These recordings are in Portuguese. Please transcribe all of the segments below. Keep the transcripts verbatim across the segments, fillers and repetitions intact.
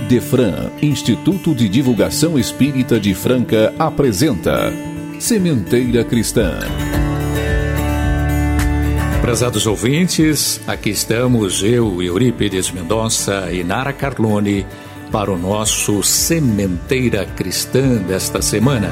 IDEFRAN, Instituto de Divulgação Espírita de Franca, apresenta Sementeira Cristã. Prezados ouvintes, aqui estamos eu, Eurípides Mendonça e Nara Carlone para o nosso Sementeira Cristã desta semana.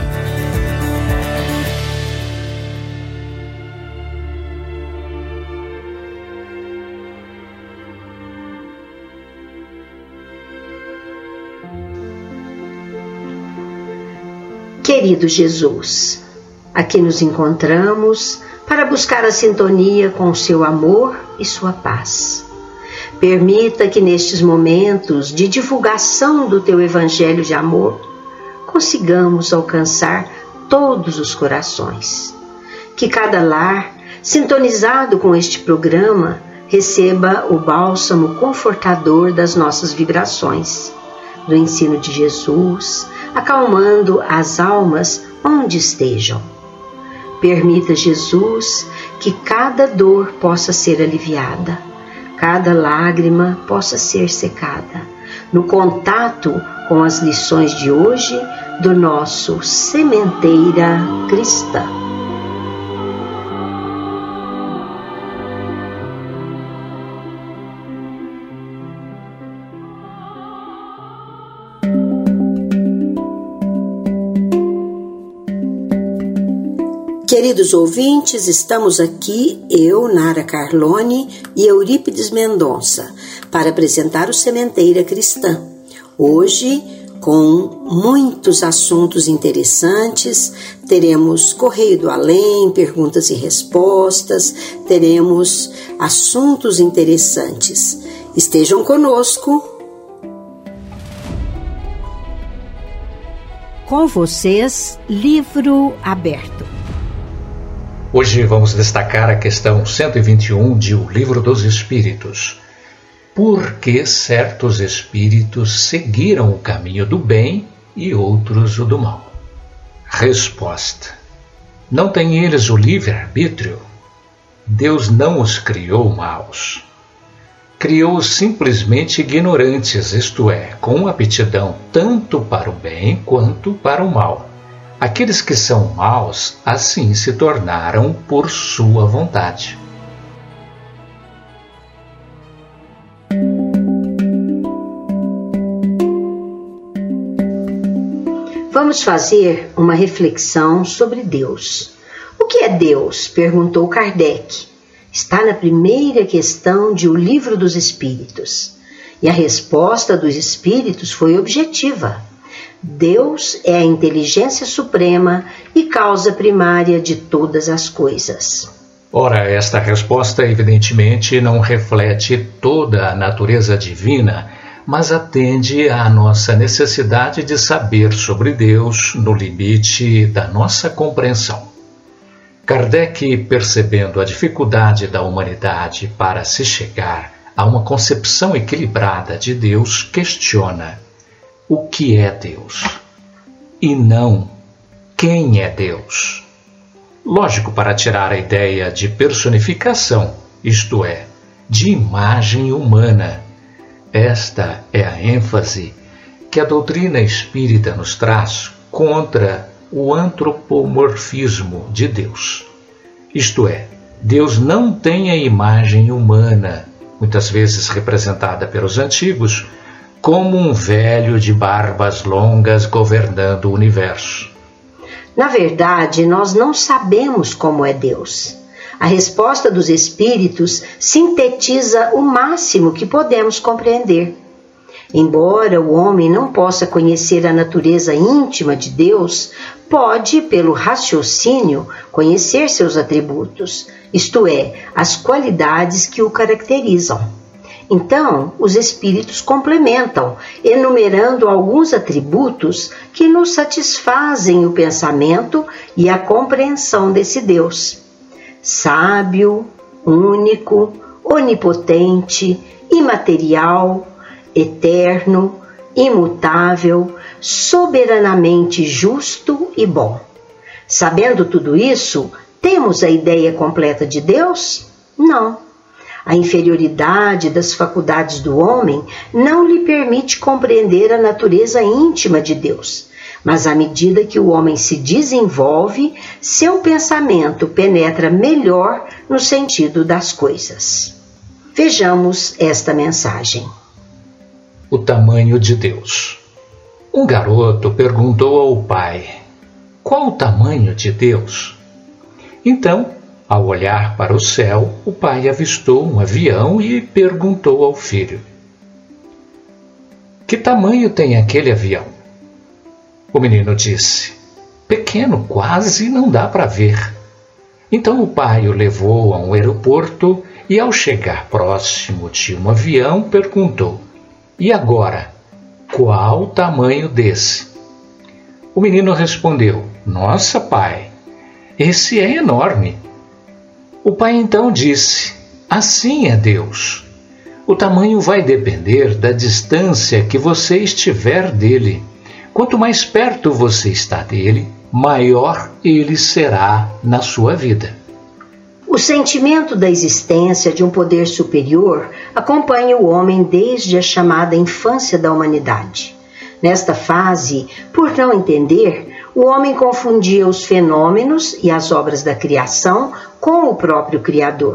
Querido Jesus, aqui nos encontramos para buscar a sintonia com o seu amor e sua paz. Permita que nestes momentos de divulgação do teu evangelho de amor, consigamos alcançar todos os corações. Que cada lar, sintonizado com este programa, receba o bálsamo confortador das nossas vibrações, do ensino de Jesus, acalmando as almas onde estejam. Permita, Jesus, que cada dor possa ser aliviada, cada lágrima possa ser secada, no contato com as lições de hoje do nosso Sementeira Cristã. Queridos ouvintes, estamos aqui, eu, Nara Carlone e Eurípides Mendonça, para apresentar o Sementeira Cristã. Hoje, com muitos assuntos interessantes, teremos Correio do Além, perguntas e respostas, teremos assuntos interessantes. Estejam conosco. Com vocês, Livro Aberto. Hoje vamos destacar a questão cento e vinte e um de O Livro dos Espíritos. Por que certos espíritos seguiram o caminho do bem e outros o do mal? Resposta: não têm eles o livre-arbítrio? Deus não os criou maus. Criou-os simplesmente ignorantes, isto é, com aptidão tanto para o bem quanto para o mal. Aqueles que são maus, assim se tornaram por sua vontade. Vamos fazer uma reflexão sobre Deus. O que é Deus? Perguntou Kardec. Está na primeira questão de O Livro dos Espíritos. E a resposta dos Espíritos foi objetiva. Deus é a inteligência suprema e causa primária de todas as coisas. Ora, esta resposta evidentemente não reflete toda a natureza divina, mas atende à nossa necessidade de saber sobre Deus no limite da nossa compreensão. Kardec, percebendo a dificuldade da humanidade para se chegar a uma concepção equilibrada de Deus, questiona: o que é Deus? E não quem é Deus? Lógico, para tirar a ideia de personificação, isto é, de imagem humana. Esta é a ênfase que a doutrina espírita nos traz contra o antropomorfismo de Deus. Isto é, Deus não tem a imagem humana, muitas vezes representada pelos antigos, como um velho de barbas longas governando o universo. Na verdade, nós não sabemos como é Deus. A resposta dos Espíritos sintetiza o máximo que podemos compreender. Embora o homem não possa conhecer a natureza íntima de Deus, pode, pelo raciocínio, conhecer seus atributos, isto é, as qualidades que o caracterizam. Então, os Espíritos complementam, enumerando alguns atributos que nos satisfazem o pensamento e a compreensão desse Deus. Sábio, único, onipotente, imaterial, eterno, imutável, soberanamente justo e bom. Sabendo tudo isso, temos a ideia completa de Deus? Não. A inferioridade das faculdades do homem não lhe permite compreender a natureza íntima de Deus, mas à medida que o homem se desenvolve, seu pensamento penetra melhor no sentido das coisas. Vejamos esta mensagem. O tamanho de Deus. Um garoto perguntou ao pai: qual o tamanho de Deus? Então, ao olhar para o céu, o pai avistou um avião e perguntou ao filho: que tamanho tem aquele avião? O menino disse: pequeno, quase não dá para ver. Então o pai o levou a um aeroporto e, ao chegar próximo de um avião, perguntou: e agora, qual o tamanho desse? O menino respondeu: nossa, pai, esse é enorme. O pai então disse: assim é Deus. O tamanho vai depender da distância que você estiver dele. Quanto mais perto você está dele, maior ele será na sua vida. O sentimento da existência de um poder superior acompanha o homem desde a chamada infância da humanidade. Nesta fase, por não entender, o homem confundia os fenômenos e as obras da criação com o próprio Criador.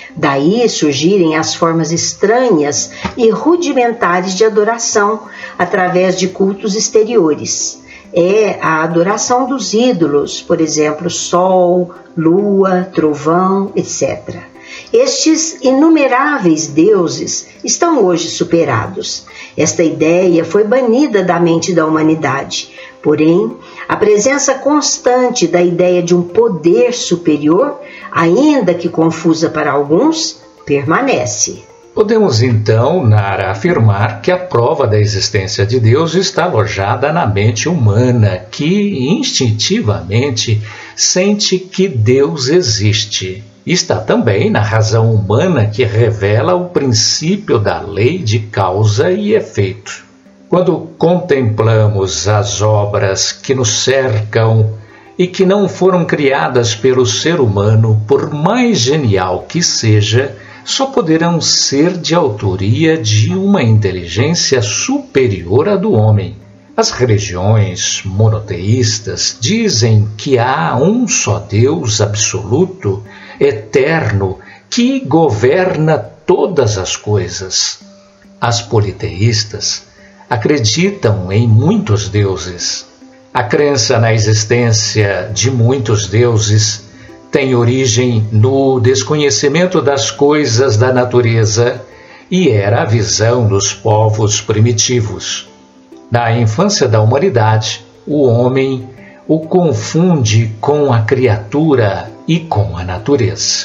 Daí surgirem as formas estranhas e rudimentares de adoração, através de cultos exteriores. É a adoração dos ídolos, por exemplo, sol, lua, trovão, etcétera. Estes inumeráveis deuses estão hoje superados. Esta ideia foi banida da mente da humanidade. Porém, a presença constante da ideia de um poder superior, ainda que confusa para alguns, permanece. Podemos então, Nara, afirmar que a prova da existência de Deus está alojada na mente humana, que instintivamente sente que Deus existe. Está também na razão humana, que revela o princípio da lei de causa e efeito. Quando contemplamos as obras que nos cercam e que não foram criadas pelo ser humano, por mais genial que seja, só poderão ser de autoria de uma inteligência superior à do homem. As religiões monoteístas dizem que há um só Deus absoluto, eterno, que governa todas as coisas. As politeístas acreditam em muitos deuses. A crença na existência de muitos deuses tem origem no desconhecimento das coisas da natureza e era a visão dos povos primitivos. Na infância da humanidade, o homem o confunde com a criatura e com a natureza.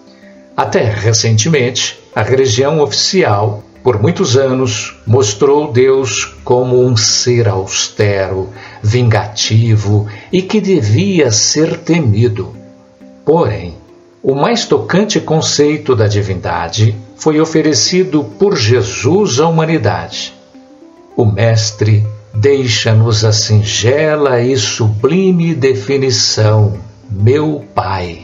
Até recentemente, a religião oficial, por muitos anos, mostrou Deus como um ser austero, vingativo e que devia ser temido. Porém, o mais tocante conceito da divindade foi oferecido por Jesus à humanidade. O Mestre deixa-nos a singela e sublime definição: meu Pai.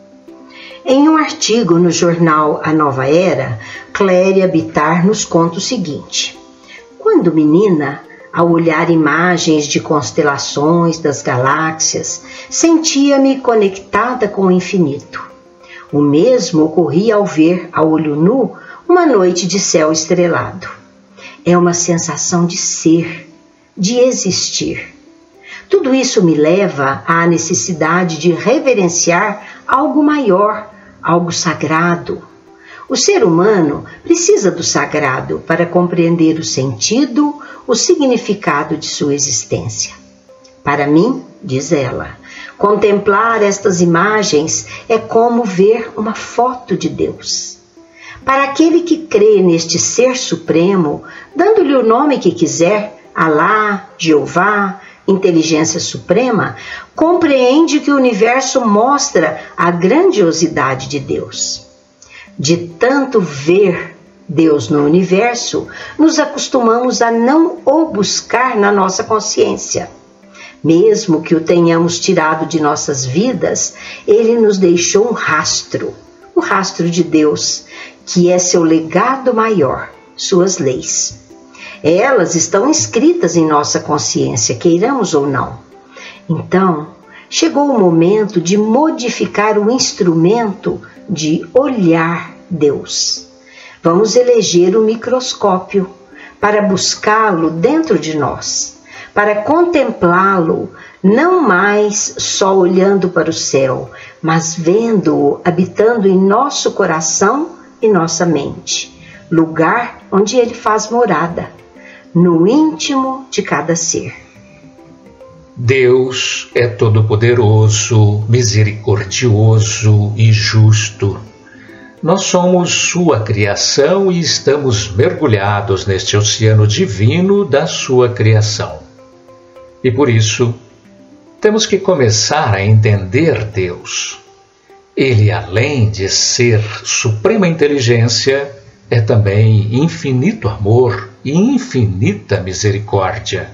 Em um artigo no jornal A Nova Era, Cléria Bittar nos conta o seguinte: quando menina, ao olhar imagens de constelações das galáxias, sentia-me conectada com o infinito. O mesmo ocorria ao ver, a olho nu, uma noite de céu estrelado. É uma sensação de ser, de existir. Tudo isso me leva à necessidade de reverenciar algo maior, algo sagrado. O ser humano precisa do sagrado para compreender o sentido, o significado de sua existência. Para mim, diz ela, contemplar estas imagens é como ver uma foto de Deus. Para aquele que crê neste ser supremo, dando-lhe o nome que quiser, Alá, Jeová, inteligência suprema, compreende que o universo mostra a grandiosidade de Deus. De tanto ver Deus no universo, nos acostumamos a não o buscar na nossa consciência. Mesmo que o tenhamos tirado de nossas vidas, ele nos deixou um rastro, o rastro de Deus, que é seu legado maior, suas leis. Elas estão escritas em nossa consciência, queiramos ou não. Então, chegou o momento de modificar o instrumento de olhar Deus. Vamos eleger o microscópio para buscá-lo dentro de nós, para contemplá-lo não mais só olhando para o céu, mas vendo-o habitando em nosso coração e nossa mente, lugar onde ele faz morada, no íntimo de cada ser. Deus é todo-poderoso, misericordioso e justo. Nós somos sua criação e estamos mergulhados neste oceano divino da sua criação. E por isso, temos que começar a entender Deus. Ele, além de ser suprema inteligência, é também infinito amor e infinita misericórdia.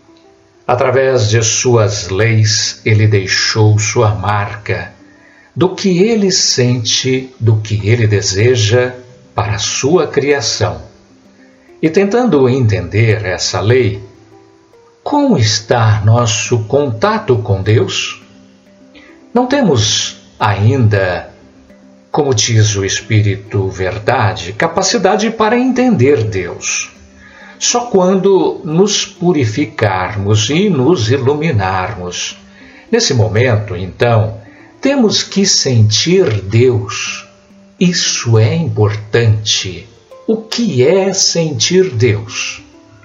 Através de suas leis, ele deixou sua marca do que ele sente, do que ele deseja para a sua criação. E tentando entender essa lei, como está nosso contato com Deus? Não temos ainda, como diz o Espírito Verdade, capacidade para entender Deus. Só quando nos purificarmos e nos iluminarmos. Nesse momento, então, temos que sentir Deus. Isso é importante. O que é sentir Deus?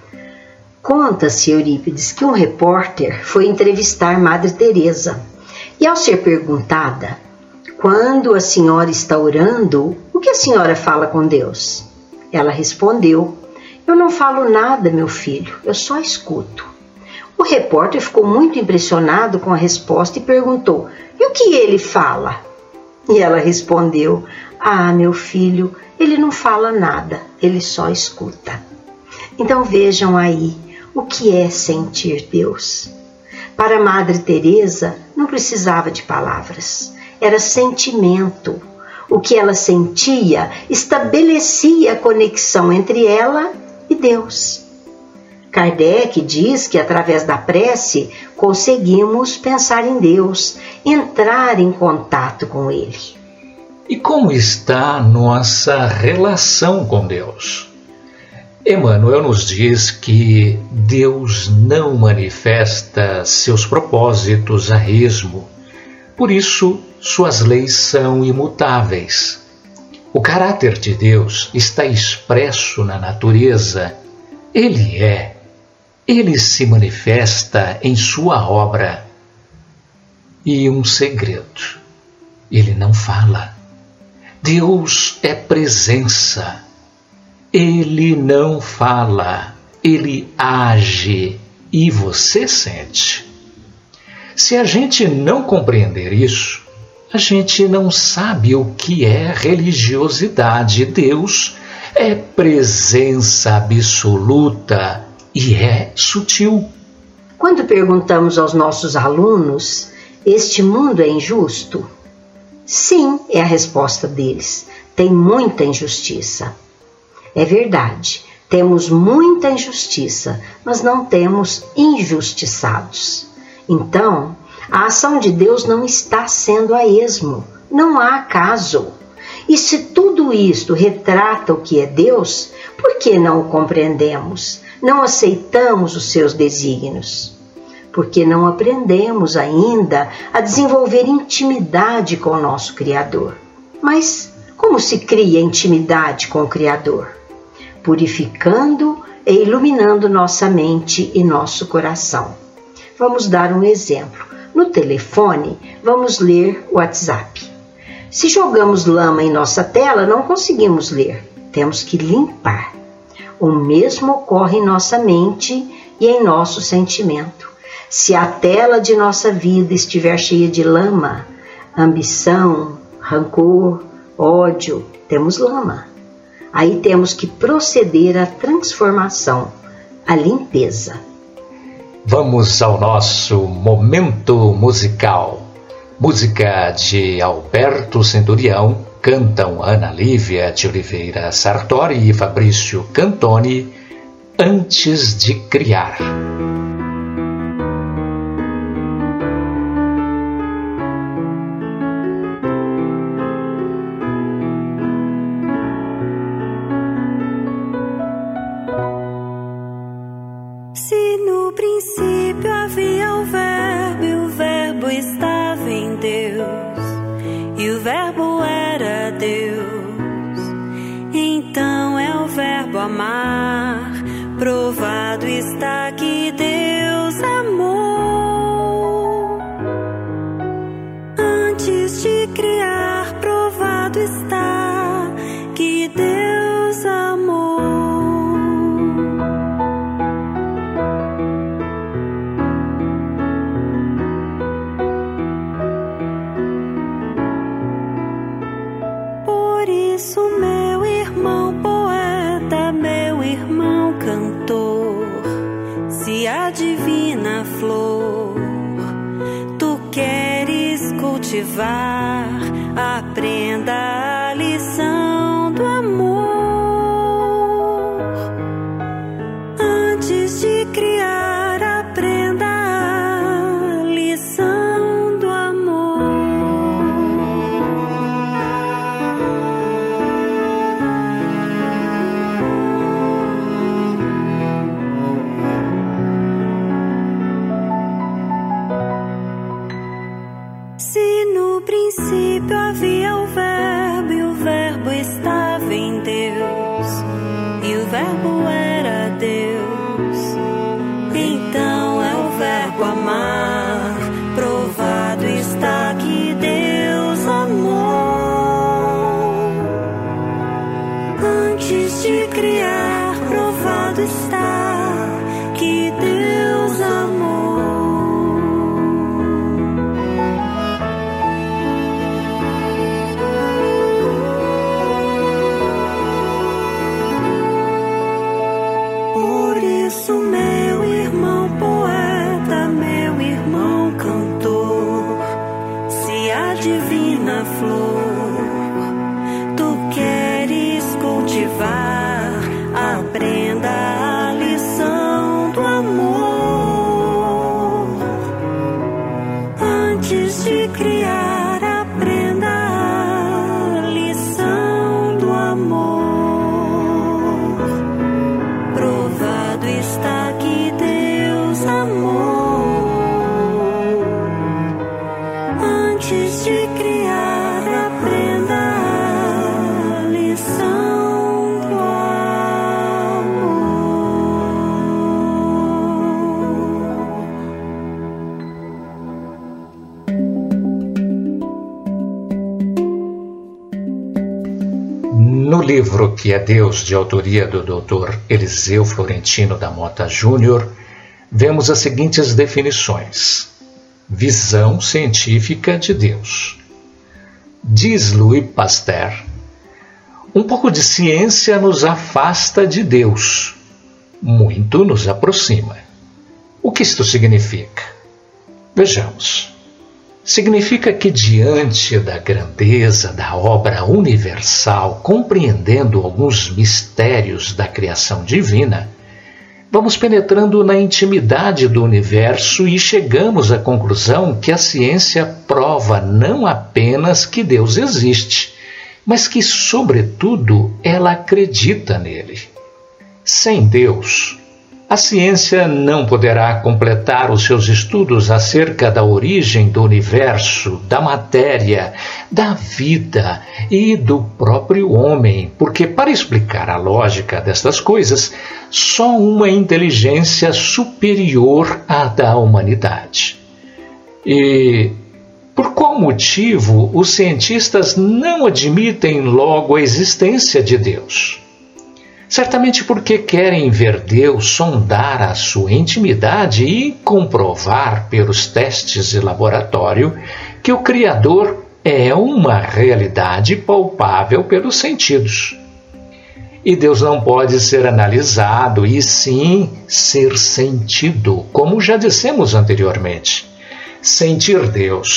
Conta-se, Eurípides, que um repórter foi entrevistar Madre Teresa e, ao ser perguntada, quando a senhora está orando, o que a senhora fala com Deus? Ela respondeu: eu não falo nada, meu filho, eu só escuto. O repórter ficou muito impressionado com a resposta e perguntou: e o que ele fala? E ela respondeu: ah, meu filho, ele não fala nada, ele só escuta. Então vejam aí o que é sentir Deus. Para Madre Teresa não precisava de palavras, era sentimento. O que ela sentia estabelecia a conexão entre ela e Deus. Kardec diz que através da prece conseguimos pensar em Deus, entrar em contato com Ele. E como está a nossa relação com Deus? Emmanuel nos diz que Deus não manifesta seus propósitos a esmo, por isso suas leis são imutáveis. O caráter de Deus está expresso na natureza. Ele é. Ele se manifesta em sua obra. E um segredo: ele não fala. Deus é presença. Ele não fala. Ele age e você sente. Se a gente não compreender isso, a gente não sabe o que é religiosidade. Deus é presença absoluta e é sutil. Quando perguntamos aos nossos alunos, este mundo é injusto? Sim, é a resposta deles. Tem muita injustiça. É verdade, temos muita injustiça, mas não temos injustiçados. Então, a ação de Deus não está sendo a esmo, não há acaso. E se tudo isto retrata o que é Deus, por que não o compreendemos? Não aceitamos os seus desígnios? Porque não aprendemos ainda a desenvolver intimidade com o nosso Criador. Mas como se cria intimidade com o Criador? Purificando e iluminando nossa mente e nosso coração. Vamos dar um exemplo. No telefone, vamos ler o WhatsApp. Se jogamos lama em nossa tela, não conseguimos ler. Temos que limpar. O mesmo ocorre em nossa mente e em nosso sentimento. Se a tela de nossa vida estiver cheia de lama, ambição, rancor, ódio, temos lama. Aí temos que proceder à transformação, à limpeza. Vamos ao nosso momento musical. Música de Alberto Centurião, cantam Ana Lívia de Oliveira Sartori e Fabrício Cantoni, Antes de Criar. Se no princípio havia o Verbo, e o Verbo estava em Deus, e o Verbo era Deus, então é o Verbo amar. Provado está que Deus amou. Antes de criar, provado está que Deus amou. Por isso, meu irmão poeta, meu irmão cantor, se a divina flor tu queres cultivar, aprenda a lição do amor. Antes de criar, aprenda a lição do amor. Se no princípio havia o Verbo, e o Verbo estava em Deus, e o Verbo era Deus, então é o Verbo amar. Provado está que Deus amou. Antes de criar, provado está que Deus amou. Por isso, meu irmão poeta, meu irmão cantor, se a divina flor tu queres cultivar, aprenda a lição do amor. Antes de criar, aprenda a lição do amor. Provado está que Deus amou. Antes de criar, aprenda a lição do amor. No livro Que é Deus, de autoria do doutor Eliseu Florentino da Mota Júnior, vemos as seguintes definições: visão científica de Deus. Diz Louis Pasteur, um pouco de ciência nos afasta de Deus, muito nos aproxima. O que isto significa? Vejamos. Significa que diante da grandeza da obra universal, compreendendo alguns mistérios da criação divina, vamos penetrando na intimidade do universo e chegamos à conclusão que a ciência prova não apenas que Deus existe, mas que, sobretudo, ela acredita nele. Sem Deus, a ciência não poderá completar os seus estudos acerca da origem do universo, da matéria, da vida e do próprio homem, porque para explicar a lógica destas coisas, só uma inteligência superior à da humanidade. E por qual motivo os cientistas não admitem logo a existência de Deus? Certamente porque querem ver Deus sondar a sua intimidade e comprovar pelos testes de laboratório que o Criador é uma realidade palpável pelos sentidos. E Deus não pode ser analisado, e sim ser sentido, como já dissemos anteriormente. Sentir Deus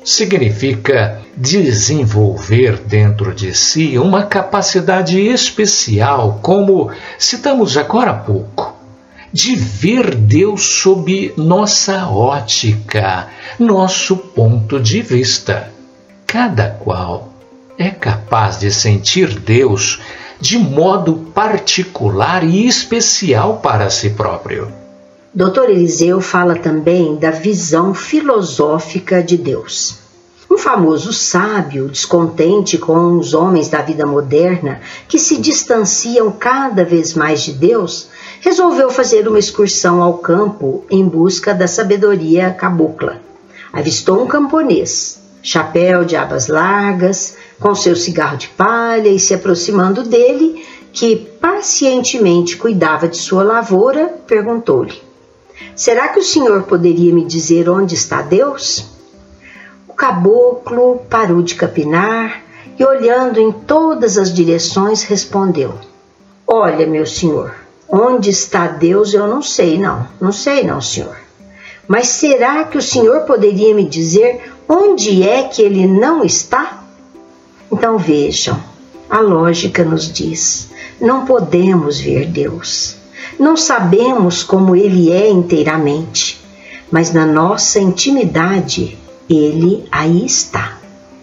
significa desenvolver dentro de si uma capacidade especial, como citamos agora há pouco, de ver Deus sob nossa ótica, nosso ponto de vista. Cada qual é capaz de sentir Deus de modo particular e especial para si próprio. doutor Eliseu fala também da visão filosófica de Deus. Um famoso sábio, descontente com os homens da vida moderna, que se distanciam cada vez mais de Deus, resolveu fazer uma excursão ao campo em busca da sabedoria cabocla. Avistou um camponês, chapéu de abas largas, com seu cigarro de palha, e se aproximando dele, que pacientemente cuidava de sua lavoura, perguntou-lhe: será que o senhor poderia me dizer onde está Deus? O caboclo parou de capinar e, olhando em todas as direções, respondeu: olha, meu senhor, onde está Deus eu não sei não, não sei não, senhor. Mas será que o senhor poderia me dizer onde é que ele não está? Então vejam, a lógica nos diz: não podemos ver Deus. Não sabemos como ele é inteiramente, mas na nossa intimidade, ele aí está.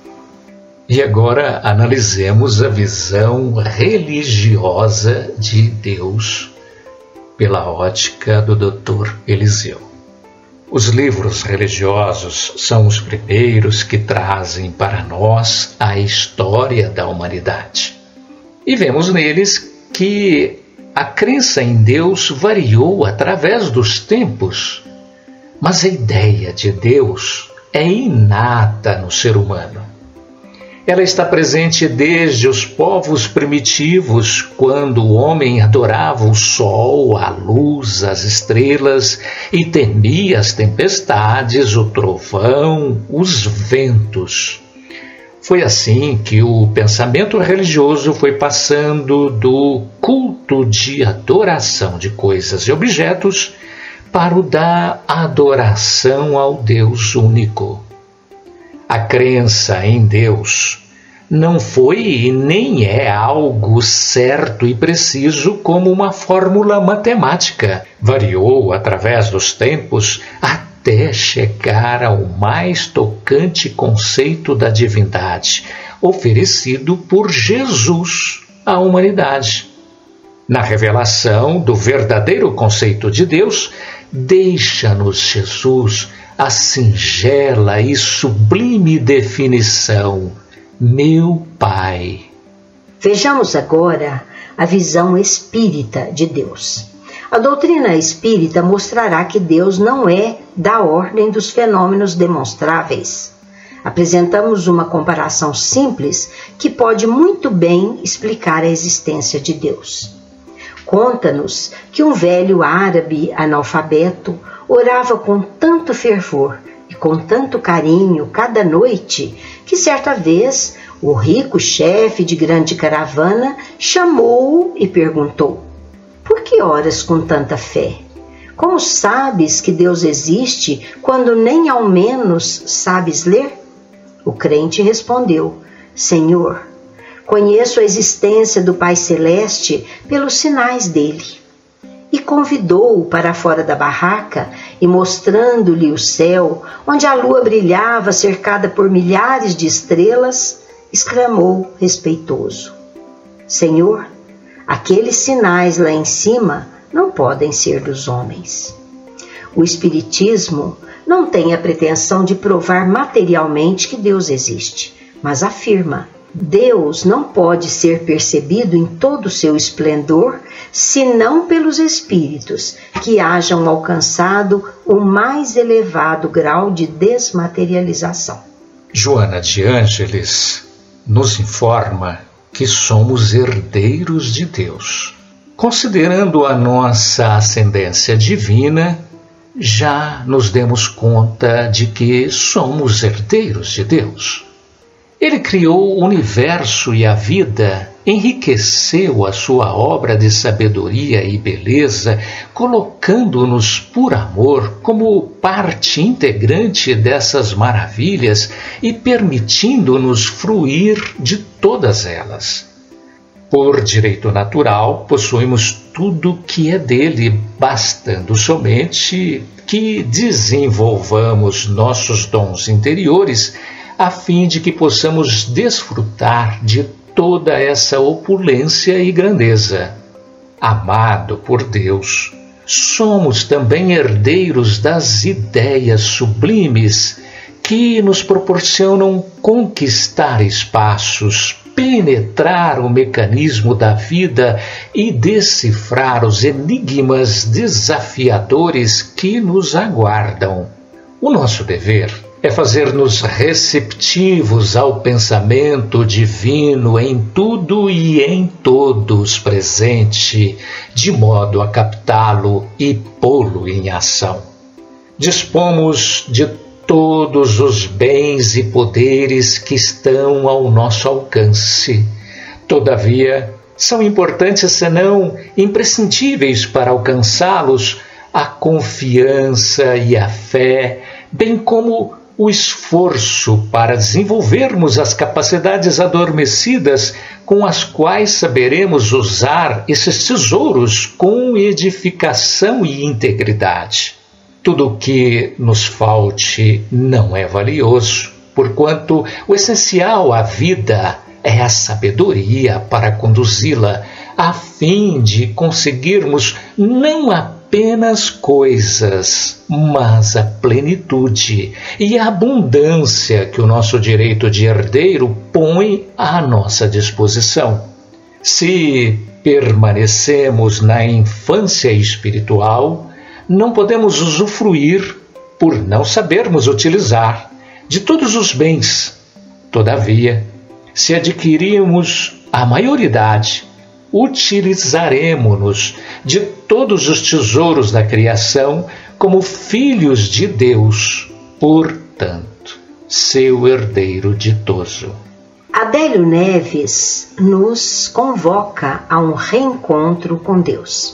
E agora analisemos a visão religiosa de Deus pela ótica do doutor Eliseu. Os livros religiosos são os primeiros que trazem para nós a história da humanidade. E vemos neles que a crença em Deus variou através dos tempos, mas a ideia de Deus é inata no ser humano. Ela está presente desde os povos primitivos, quando o homem adorava o sol, a luz, as estrelas e temia as tempestades, o trovão, os ventos. Foi assim que o pensamento religioso foi passando do culto de adoração de coisas e objetos para o da adoração ao Deus único. A crença em Deus não foi e nem é algo certo e preciso como uma fórmula matemática. Variou através dos tempos até chegar ao mais tocante conceito da divindade, oferecido por Jesus à humanidade. Na revelação do verdadeiro conceito de Deus, deixa-nos Jesus a singela e sublime definição: meu Pai. Vejamos agora a visão espírita de Deus. A doutrina espírita mostrará que Deus não é da ordem dos fenômenos demonstráveis. Apresentamos uma comparação simples que pode muito bem explicar a existência de Deus. Conta-nos que um velho árabe analfabeto orava com tanto fervor e com tanto carinho cada noite que certa vez o rico chefe de grande caravana chamou-o e perguntou: por que oras com tanta fé? Como sabes que Deus existe quando nem ao menos sabes ler? O crente respondeu: Senhor, conheço a existência do Pai Celeste pelos sinais dele. E convidou-o para fora da barraca e, mostrando-lhe o céu, onde a lua brilhava cercada por milhares de estrelas, exclamou respeitoso: Senhor, aqueles sinais lá em cima não podem ser dos homens. O Espiritismo não tem a pretensão de provar materialmente que Deus existe, mas afirma: Deus não pode ser percebido em todo o seu esplendor, senão pelos espíritos que hajam alcançado o mais elevado grau de desmaterialização. Joana de Ângeles nos informa que somos herdeiros de Deus. Considerando a nossa ascendência divina, já nos demos conta de que somos herdeiros de Deus. Ele criou o universo e a vida enriqueceu a sua obra de sabedoria e beleza, colocando-nos por amor como parte integrante dessas maravilhas e permitindo-nos fruir de todas elas. Por direito natural, possuímos tudo que é dele, bastando somente que desenvolvamos nossos dons interiores a fim de que possamos desfrutar de toda essa opulência e grandeza. Amado por Deus, somos também herdeiros das ideias sublimes que nos proporcionam conquistar espaços, penetrar o mecanismo da vida e decifrar os enigmas desafiadores que nos aguardam. O nosso dever é fazer-nos receptivos ao pensamento divino em tudo e em todos presente, de modo a captá-lo e pô-lo em ação. Dispomos de todos os bens e poderes que estão ao nosso alcance. Todavia, são importantes, senão imprescindíveis para alcançá-los, a confiança e a fé, bem como o esforço para desenvolvermos as capacidades adormecidas com as quais saberemos usar esses tesouros com edificação e integridade. Tudo o que nos falte não é valioso, porquanto o essencial à vida é a sabedoria para conduzi-la, a fim de conseguirmos não apenas coisas, mas a plenitude e a abundância que o nosso direito de herdeiro põe à nossa disposição. Se permanecemos na infância espiritual, não podemos usufruir, por não sabermos utilizar, de todos os bens. Todavia, se adquirirmos a maioridade, utilizaremo-nos de todos os tesouros da criação como filhos de Deus, portanto, seu herdeiro ditoso. Adélio Neves nos convoca a um reencontro com Deus.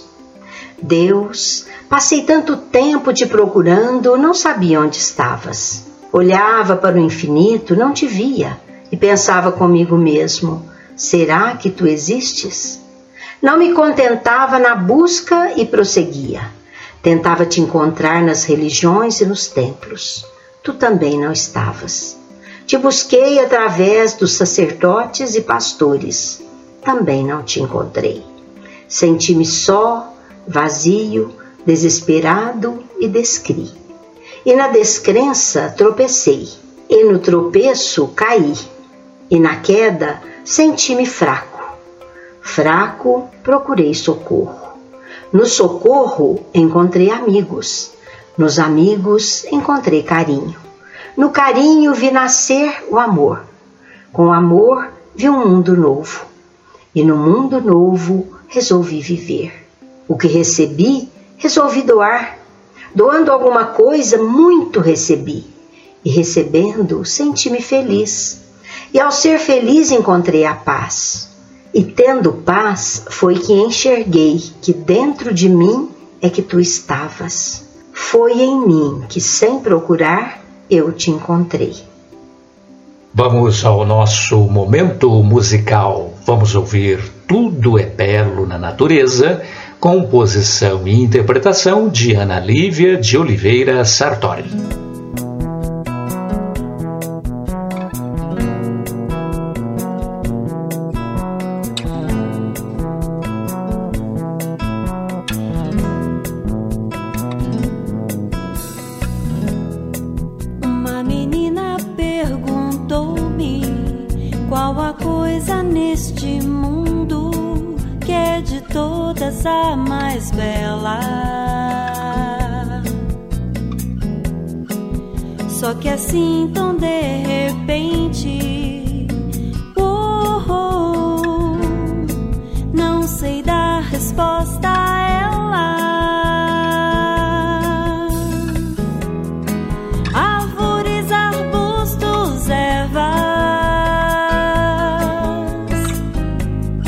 Deus, passei tanto tempo te procurando, não sabia onde estavas. Olhava para o infinito, não te via, e pensava comigo mesmo, será que tu existes? Não me contentava na busca e prosseguia. Tentava te encontrar nas religiões e nos templos. Tu também não estavas. Te busquei através dos sacerdotes e pastores. Também não te encontrei. Senti-me só, vazio, desesperado e descri. E na descrença tropecei, e no tropeço caí, e na queda senti-me fraco. Fraco, procurei socorro. No socorro encontrei amigos, nos amigos encontrei carinho. No carinho vi nascer o amor, com o amor vi um mundo novo, e no mundo novo resolvi viver. O que recebi, resolvi doar. Doando alguma coisa, muito recebi. E recebendo, senti-me feliz. E ao ser feliz, encontrei a paz. E tendo paz, foi que enxerguei que dentro de mim é que tu estavas. Foi em mim que, sem procurar, eu te encontrei. Vamos ao nosso momento musical. Vamos ouvir Tudo é Belo na Natureza, composição e interpretação de Ana Lívia de Oliveira Sartori. Uma menina perguntou-me qual a coisa neste mundo que é de todas a mais bela. Só que assim tão de repente, oh, oh, não sei dar resposta a ela. Árvores, arbustos, ervas,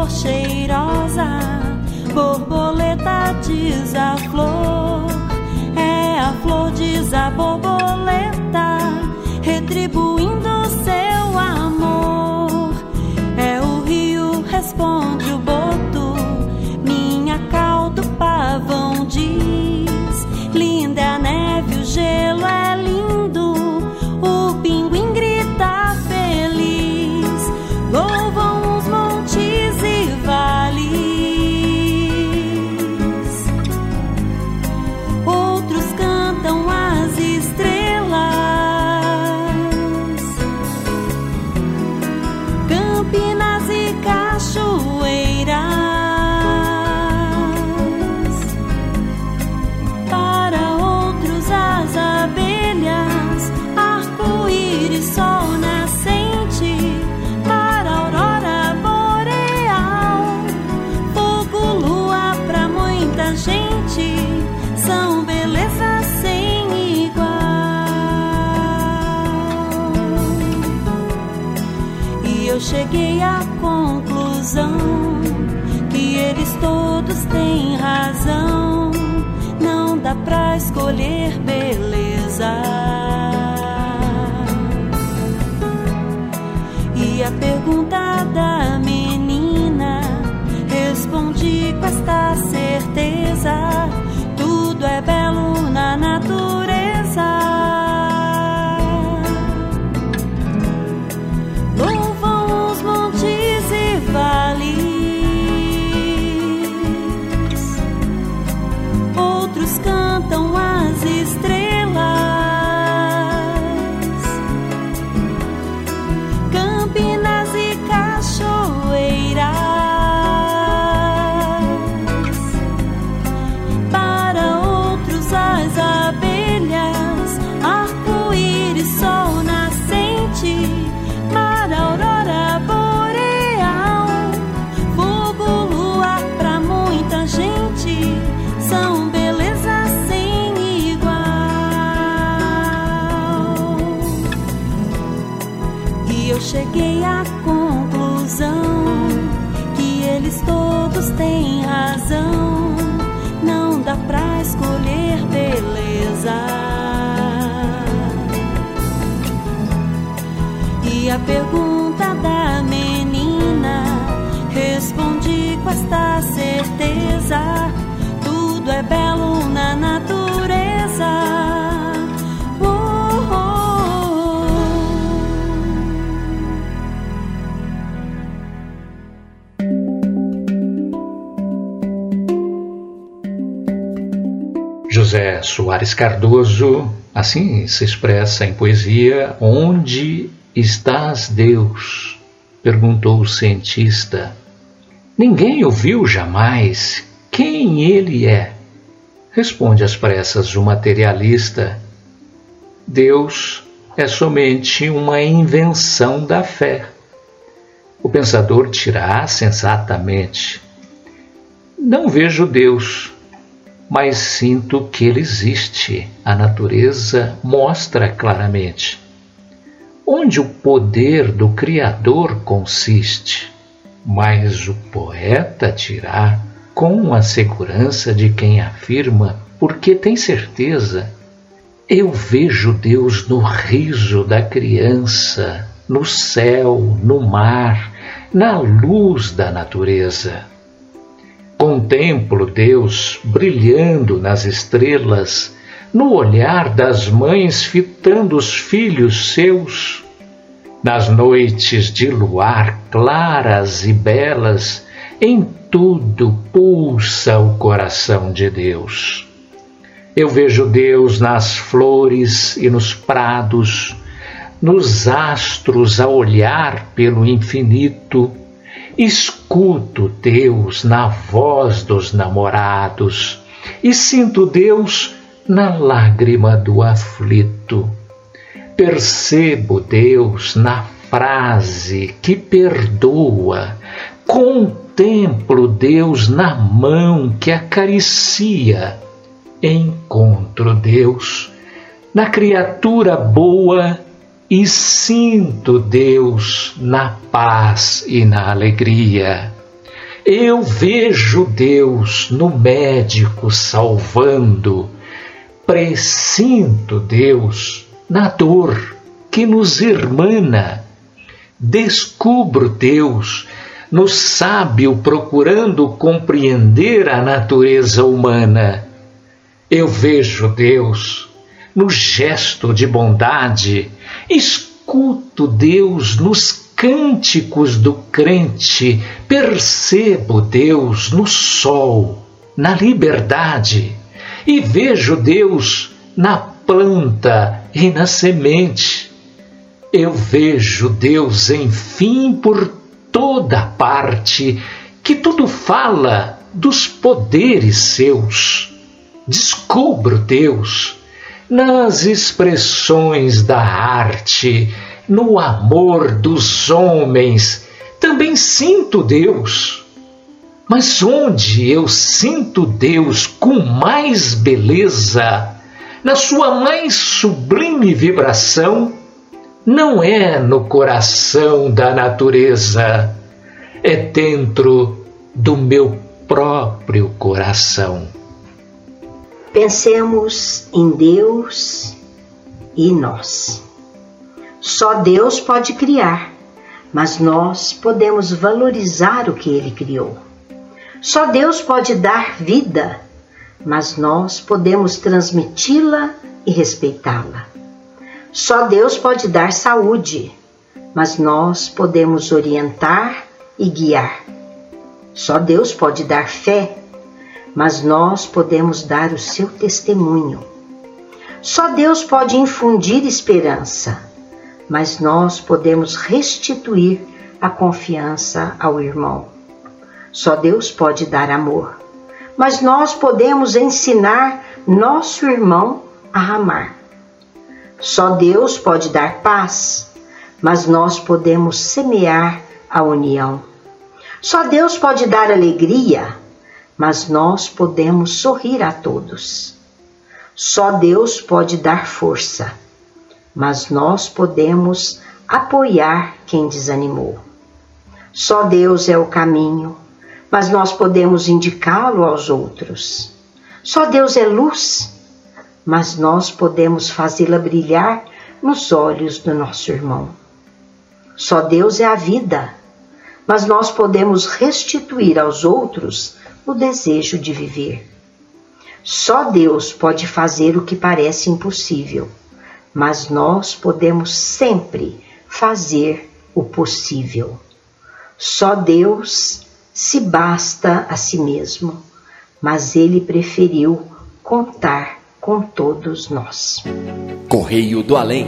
flor cheirosa, borboleta diz a flor, é a flor diz a borboleta, retribuindo seu amor. É o rio, responde o boto, minha cauda o pavão diz, linda é a neve, o gelo é lindo, o pinguim grita feliz, louvam os montes e vales, outros cantam as estrelas, campinas e cachoeiras, para outros as abelhas, arco-íris, sol nascente, para a aurora boreal, fogo, lua, pra muita gente, são belezas sem igual. E eu cheguei à conclusão que eles todos têm razão, não dá pra escolher beleza. E a pergunta da menina respondi com esta certeza: tudo é belo na natureza. Louvam os montes e vales, outros cantam as estrelas, campinas e cachoeiras, para outros as abelhas, arco-íris, sol nascente, para a aurora boreal, fogo, lua, pra muita gente, são belezas sem igual. E eu cheguei à conclusão que eles todos têm razão, não dá pra escolher beleza. E a pergunta da menina respondi com esta certeza: tudo é belo na natureza. Oh, oh, oh. José Soares Cardoso assim se expressa em poesia: onde estás, Deus? Perguntou o cientista. Ninguém ouviu jamais quem ele é. Responde às pressas o materialista. Deus é somente uma invenção da fé. O pensador dirá sensatamente: não vejo Deus, mas sinto que ele existe. A natureza mostra claramente. Onde o poder do Criador consiste? Mas o poeta dirá com a segurança de quem afirma, porque tem certeza: eu vejo Deus no riso da criança, no céu, no mar, na luz da natureza. Contemplo Deus brilhando nas estrelas, no olhar das mães fitando os filhos seus. Nas noites de luar claras e belas, em tudo pulsa o coração de Deus. Eu vejo Deus nas flores e nos prados, nos astros a olhar pelo infinito. Escuto Deus na voz dos namorados e sinto Deus na lágrima do aflito. Percebo Deus na frase que perdoa, contemplo Deus na mão que acaricia, encontro Deus na criatura boa e sinto Deus na paz e na alegria. Eu vejo Deus no médico salvando, presinto Deus na dor que nos irmana, descubro Deus no sábio procurando compreender a natureza humana. Eu vejo Deus no gesto de bondade, escuto Deus nos cânticos do crente, percebo Deus no sol, na liberdade, e vejo Deus na planta e na semente. Eu vejo Deus, enfim, por toda parte, que tudo fala dos poderes seus. Descubro Deus nas expressões da arte, no amor dos homens. Também sinto Deus. Mas onde eu sinto Deus com mais beleza, na sua mais sublime vibração, não é no coração da natureza, é dentro do meu próprio coração. Pensemos em Deus e nós. Só Deus pode criar, mas nós podemos valorizar o que Ele criou. Só Deus pode dar vida, mas nós podemos transmiti-la e respeitá-la. Só Deus pode dar saúde, mas nós podemos orientar e guiar. Só Deus pode dar fé, mas nós podemos dar o seu testemunho. Só Deus pode infundir esperança, mas nós podemos restituir a confiança ao irmão. Só Deus pode dar amor, mas nós podemos ensinar nosso irmão a amar. Só Deus pode dar paz, mas nós podemos semear a união. Só Deus pode dar alegria, mas nós podemos sorrir a todos. Só Deus pode dar força, mas nós podemos apoiar quem desanimou. Só Deus é o caminho, mas nós podemos indicá-lo aos outros. Só Deus é luz, mas nós podemos fazê-la brilhar nos olhos do nosso irmão. Só Deus é a vida, mas nós podemos restituir aos outros o desejo de viver. Só Deus pode fazer o que parece impossível, mas nós podemos sempre fazer o possível. Só Deus se basta a si mesmo, mas Ele preferiu contar com todos nós. Correio do Além.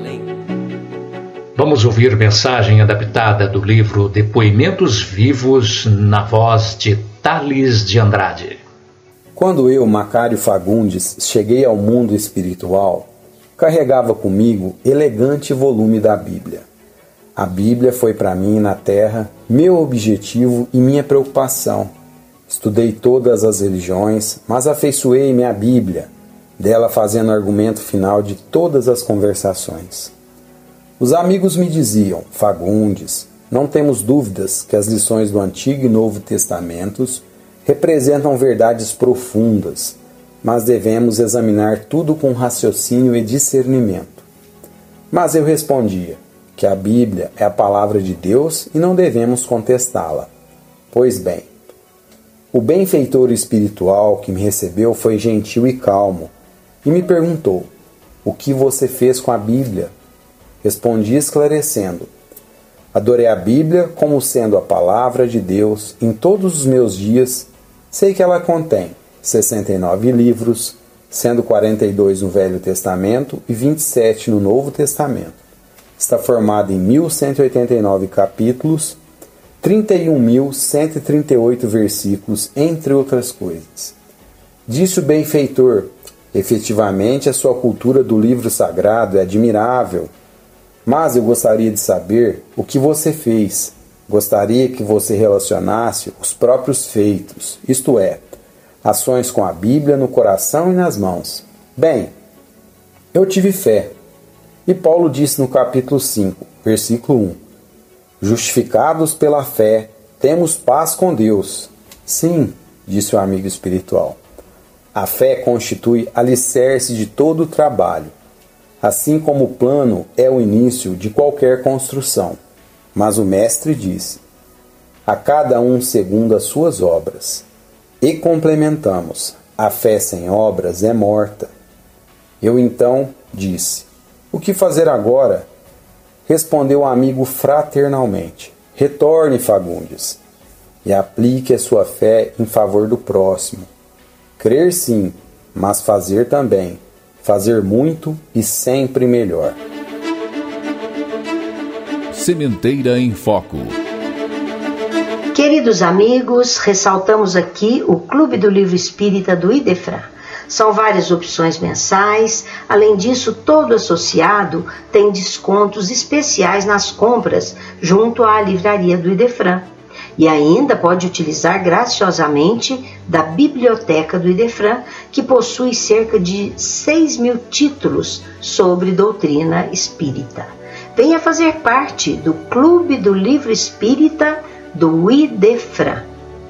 Vamos ouvir mensagem adaptada do livro Depoimentos Vivos na voz de Tales de Andrade. Quando eu, Macário Fagundes, cheguei ao mundo espiritual, carregava comigo elegante volume da Bíblia. A Bíblia foi para mim na Terra meu objetivo e minha preocupação. Estudei todas as religiões, mas afeiçoei-me à Bíblia, dela fazendo argumento final de todas as conversações. Os amigos me diziam: Fagundes, não temos dúvidas que as lições do Antigo e Novo Testamentos representam verdades profundas, mas devemos examinar tudo com raciocínio e discernimento. Mas eu respondia que a Bíblia é a palavra de Deus e não devemos contestá-la. Pois bem, o benfeitor espiritual que me recebeu foi gentil e calmo e me perguntou: o que você fez com a Bíblia? Respondi esclarecendo: adorei a Bíblia como sendo a palavra de Deus em todos os meus dias. Sei que ela contém sessenta e nove livros, sendo quarenta e dois no Velho Testamento e vinte e sete no Novo Testamento. Está formada em mil cento e oitenta e nove capítulos, trinta e um mil cento e trinta e oito versículos, entre outras coisas. Disse o benfeitor: efetivamente a sua cultura do livro sagrado é admirável, mas eu gostaria de saber o que você fez. Gostaria que você relacionasse os próprios feitos, isto é, ações com a Bíblia no coração e nas mãos. Bem, eu tive fé. E Paulo disse no capítulo cinco, versículo um: justificados pela fé, temos paz com Deus. Sim, disse o amigo espiritual. A fé constitui alicerce de todo o trabalho, assim como o plano é o início de qualquer construção. Mas o mestre disse: a cada um segundo as suas obras. E complementamos: a fé sem obras é morta. Eu então disse: o que fazer agora? Respondeu o amigo fraternalmente: retorne, Fagundes, e aplique a sua fé em favor do próximo. Crer sim, mas fazer também. Fazer muito e sempre melhor. Sementeira em Foco. Queridos amigos, ressaltamos aqui o Clube do Livro Espírita do Idefran. São várias opções mensais. Além disso, todo associado tem descontos especiais nas compras junto à livraria do Idefran. E ainda pode utilizar graciosamente da biblioteca do Idefran, que possui cerca de seis mil títulos sobre doutrina espírita. Venha fazer parte do Clube do Livro Espírita do Idefran.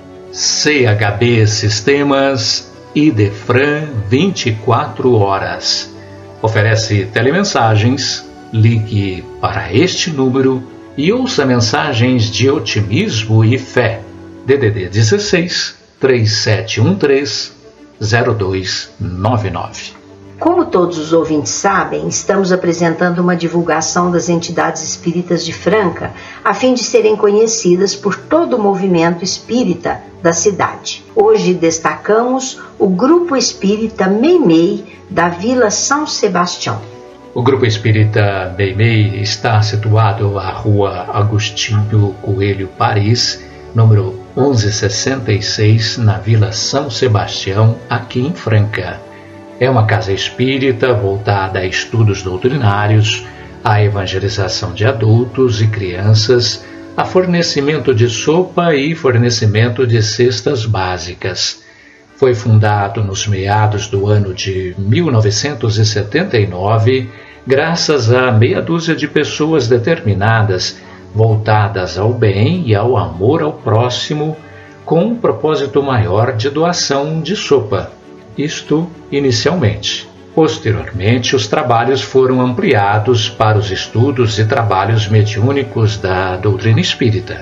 C H B Sistemas Idefran vinte e quatro horas. Oferece telemensagens. Ligue para este número e ouça mensagens de otimismo e fé. D D D dezesseis, três sete um três, zero dois nove nove. Como todos os ouvintes sabem, estamos apresentando uma divulgação das entidades espíritas de Franca, a fim de serem conhecidas por todo o movimento espírita da cidade. Hoje destacamos o Grupo Espírita Meimei, da Vila São Sebastião. O Grupo Espírita Meimei está situado à Rua Agostinho Coelho Paris, número onze sessenta e seis, na Vila São Sebastião, aqui em Franca. É uma casa espírita voltada a estudos doutrinários, a evangelização de adultos e crianças, a fornecimento de sopa e fornecimento de cestas básicas. Foi fundado nos meados do ano de mil novecentos e setenta e nove, graças a meia dúzia de pessoas determinadas, voltadas ao bem e ao amor ao próximo, com um propósito maior de doação de sopa. Isto inicialmente. Posteriormente, os trabalhos foram ampliados para os estudos e trabalhos mediúnicos da doutrina espírita.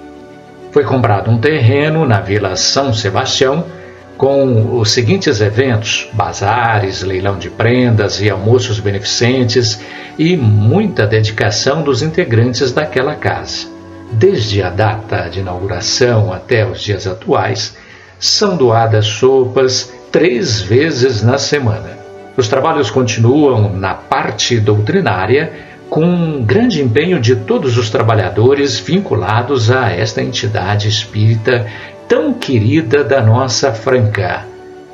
Foi comprado um terreno na Vila São Sebastião, com os seguintes eventos: bazares, leilão de prendas e almoços beneficentes, e muita dedicação dos integrantes daquela casa. Desde a data de inauguração até os dias atuais, são doadas sopas três vezes na semana. Os trabalhos continuam na parte doutrinária, com um grande empenho de todos os trabalhadores vinculados a esta entidade espírita tão querida da nossa Franca.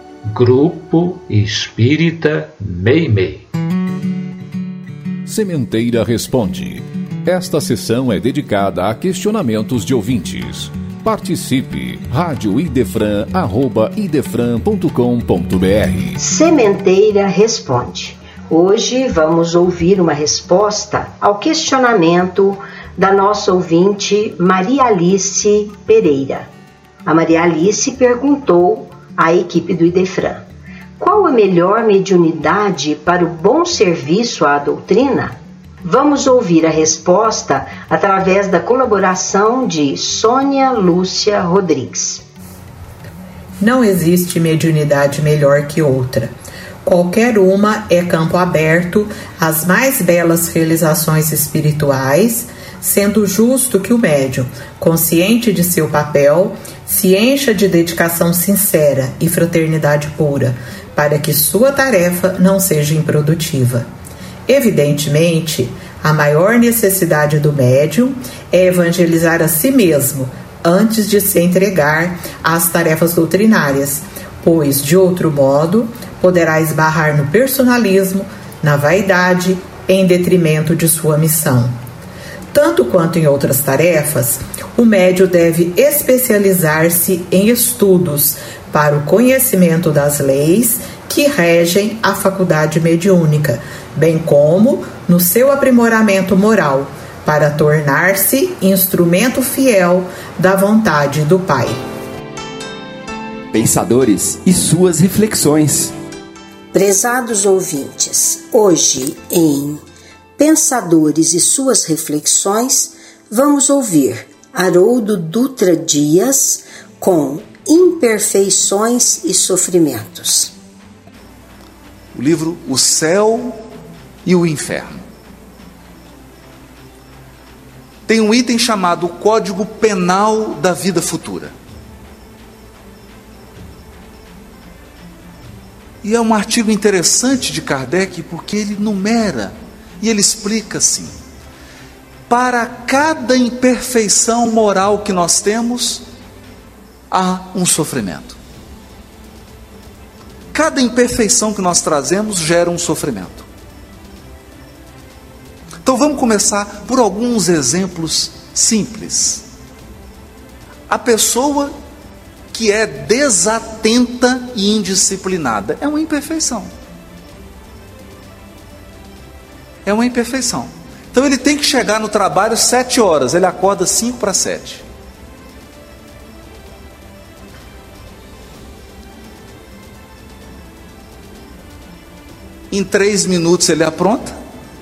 Grupo Espírita Meimei. Sementeira Responde. Esta sessão é dedicada a questionamentos de ouvintes. Participe. rádio idefran arroba idefran ponto com ponto br. Sementeira Responde. Hoje vamos ouvir uma resposta ao questionamento da nossa ouvinte Maria Alice Pereira. A Maria Alice perguntou à equipe do Idefran: qual a melhor mediunidade para o bom serviço à doutrina? Vamos ouvir a resposta através da colaboração de Sônia Lúcia Rodrigues. Não existe mediunidade melhor que outra. Qualquer uma é campo aberto às mais belas realizações espirituais, sendo justo que o médium, consciente de seu papel, se encha de dedicação sincera e fraternidade pura, para que sua tarefa não seja improdutiva. Evidentemente, a maior necessidade do médium é evangelizar a si mesmo antes de se entregar às tarefas doutrinárias, pois, de outro modo, poderá esbarrar no personalismo, na vaidade, em detrimento de sua missão. Tanto quanto em outras tarefas, o médium deve especializar-se em estudos para o conhecimento das leis que regem a faculdade mediúnica, bem como no seu aprimoramento moral, para tornar-se instrumento fiel da vontade do Pai. Pensadores e suas reflexões. Prezados ouvintes, hoje em Pensadores e suas reflexões, vamos ouvir Haroldo Dutra Dias com Imperfeições e Sofrimentos. O livro O Céu e o Inferno. Tem um item chamado Código Penal da Vida Futura. E é um artigo interessante de Kardec, porque ele numera e ele explica assim: para cada imperfeição moral que nós temos, há um sofrimento. Cada imperfeição que nós trazemos gera um sofrimento. Então vamos começar por alguns exemplos simples. A pessoa que é desatenta e indisciplinada é uma imperfeição. É uma imperfeição. Então ele tem que chegar no trabalho sete horas, ele acorda cinco para sete. Em três minutos ele apronta,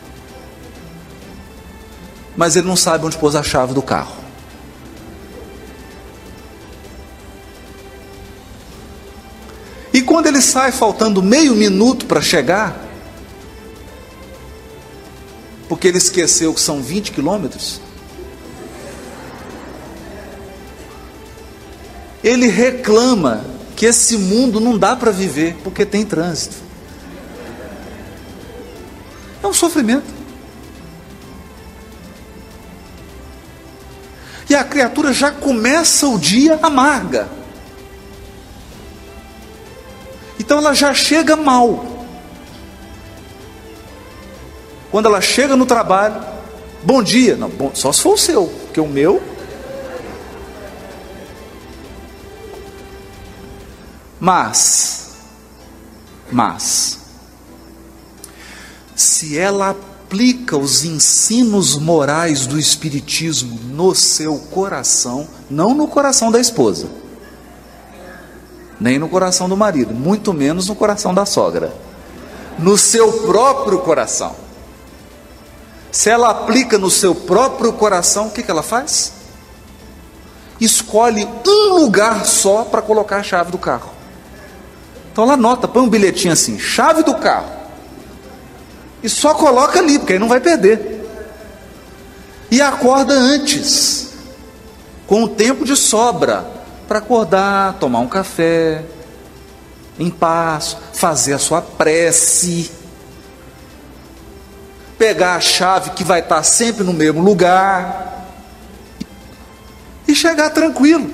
mas ele não sabe onde pôs a chave do carro. E quando ele sai faltando meio minuto para chegar, porque ele esqueceu que são vinte quilômetros, ele reclama que esse mundo não dá para viver porque tem trânsito. É um sofrimento. E a criatura já começa o dia amarga. Então ela já chega mal. Quando ela chega no trabalho, bom dia, não, bom, só se for o seu, porque o meu. Mas, mas, se ela aplica os ensinos morais do Espiritismo no seu coração, não no coração da esposa, nem no coração do marido, muito menos no coração da sogra, no seu próprio coração. Se ela aplica no seu próprio coração, o que, que ela faz? Escolhe um lugar só para colocar a chave do carro. Então ela anota, põe um bilhetinho assim, chave do carro, e só coloca ali, porque aí não vai perder. E acorda antes, com o tempo de sobra, para acordar, tomar um café, em paz, fazer a sua prece, pegar a chave que vai estar sempre no mesmo lugar e chegar tranquilo.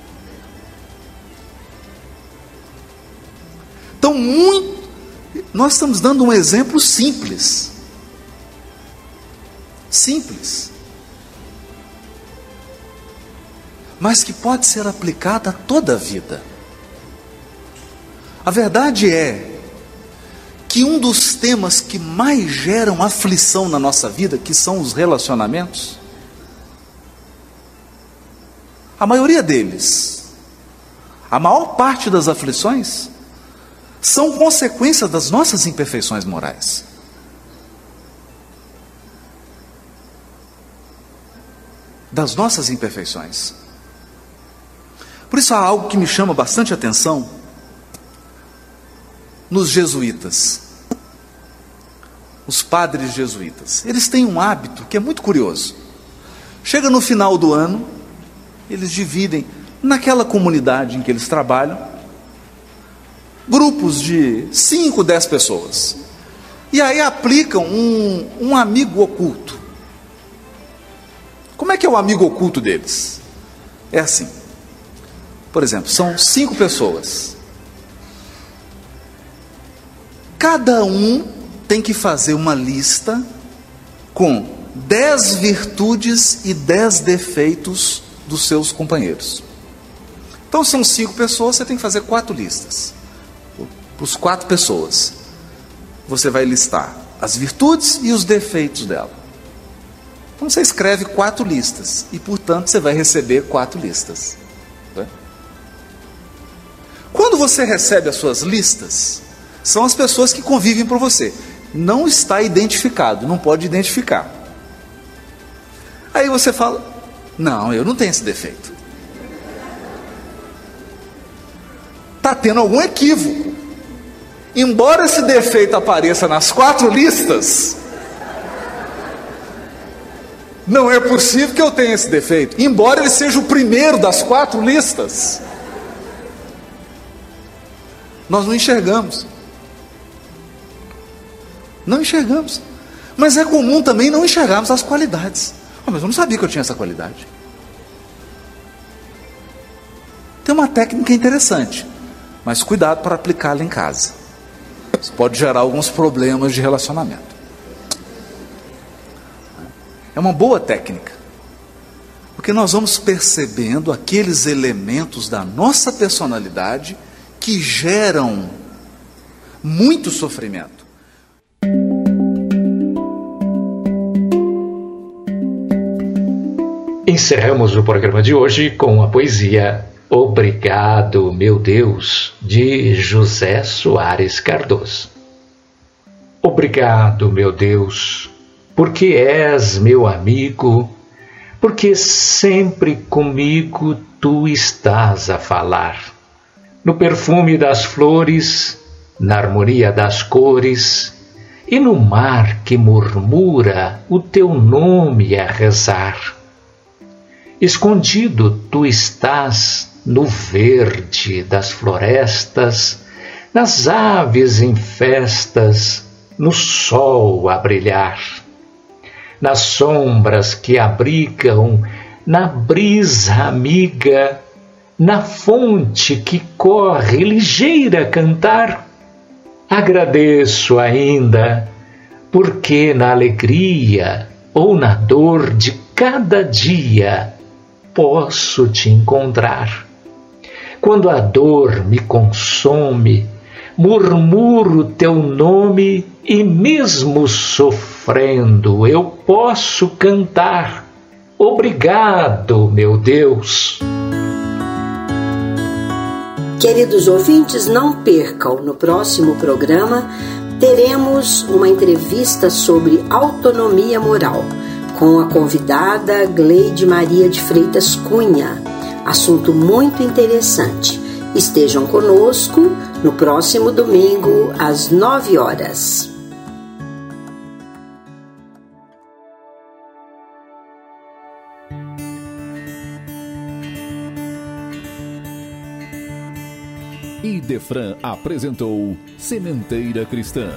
Então, muito, nós estamos dando um exemplo simples. Simples. Mas que pode ser aplicado a toda a vida. A verdade é que um dos temas que mais geram aflição na nossa vida, que são os relacionamentos, a maioria deles, a maior parte das aflições, são consequência das nossas imperfeições morais. Das nossas imperfeições. Por isso há algo que me chama bastante atenção nos jesuítas, os padres jesuítas. Eles têm um hábito que é muito curioso. Chega no final do ano, eles dividem naquela comunidade em que eles trabalham grupos de cinco, dez pessoas, e aí aplicam um, um amigo oculto. Como é que é o amigo oculto deles? É assim, por exemplo, são cinco pessoas, cada um tem que fazer uma lista com dez virtudes e dez defeitos dos seus companheiros. Então são cinco pessoas, você tem que fazer quatro listas. Para as quatro pessoas, você vai listar as virtudes e os defeitos dela. Então você escreve quatro listas e, portanto, você vai receber quatro listas. Né? Quando você recebe as suas listas, são as pessoas que convivem por você. Não está identificado, não pode identificar. Aí você fala, não, eu não tenho esse defeito. Está tendo algum equívoco. Embora esse defeito apareça nas quatro listas, não é possível que eu tenha esse defeito. Embora ele seja o primeiro das quatro listas, nós não enxergamos. Não enxergamos. Mas é comum também não enxergarmos as qualidades. Oh, mas eu não sabia que eu tinha essa qualidade. Tem uma técnica interessante, mas cuidado para aplicá-la em casa. Isso pode gerar alguns problemas de relacionamento. É uma boa técnica, porque nós vamos percebendo aqueles elementos da nossa personalidade que geram muito sofrimento. Encerramos o programa de hoje com a poesia Obrigado, meu Deus, de José Soares Cardoso. Obrigado, meu Deus, porque és meu amigo, porque sempre comigo tu estás a falar. No perfume das flores, na harmonia das cores, e no mar que murmura o teu nome a rezar. Escondido tu estás no verde das florestas, nas aves em festas, no sol a brilhar, nas sombras que abrigam, na brisa amiga, na fonte que corre ligeira a cantar. Agradeço ainda, porque na alegria ou na dor de cada dia posso te encontrar. Quando a dor me consome, murmuro teu nome e mesmo sofrendo eu posso cantar. Obrigado, meu Deus. Queridos ouvintes, não percam, no próximo programa teremos uma entrevista sobre autonomia moral com a convidada Gleide Maria de Freitas Cunha. Assunto muito interessante. Estejam conosco no próximo domingo, às nove horas. Idefran apresentou Sementeira Cristã.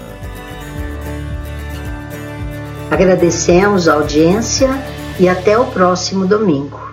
Agradecemos a audiência e até o próximo domingo.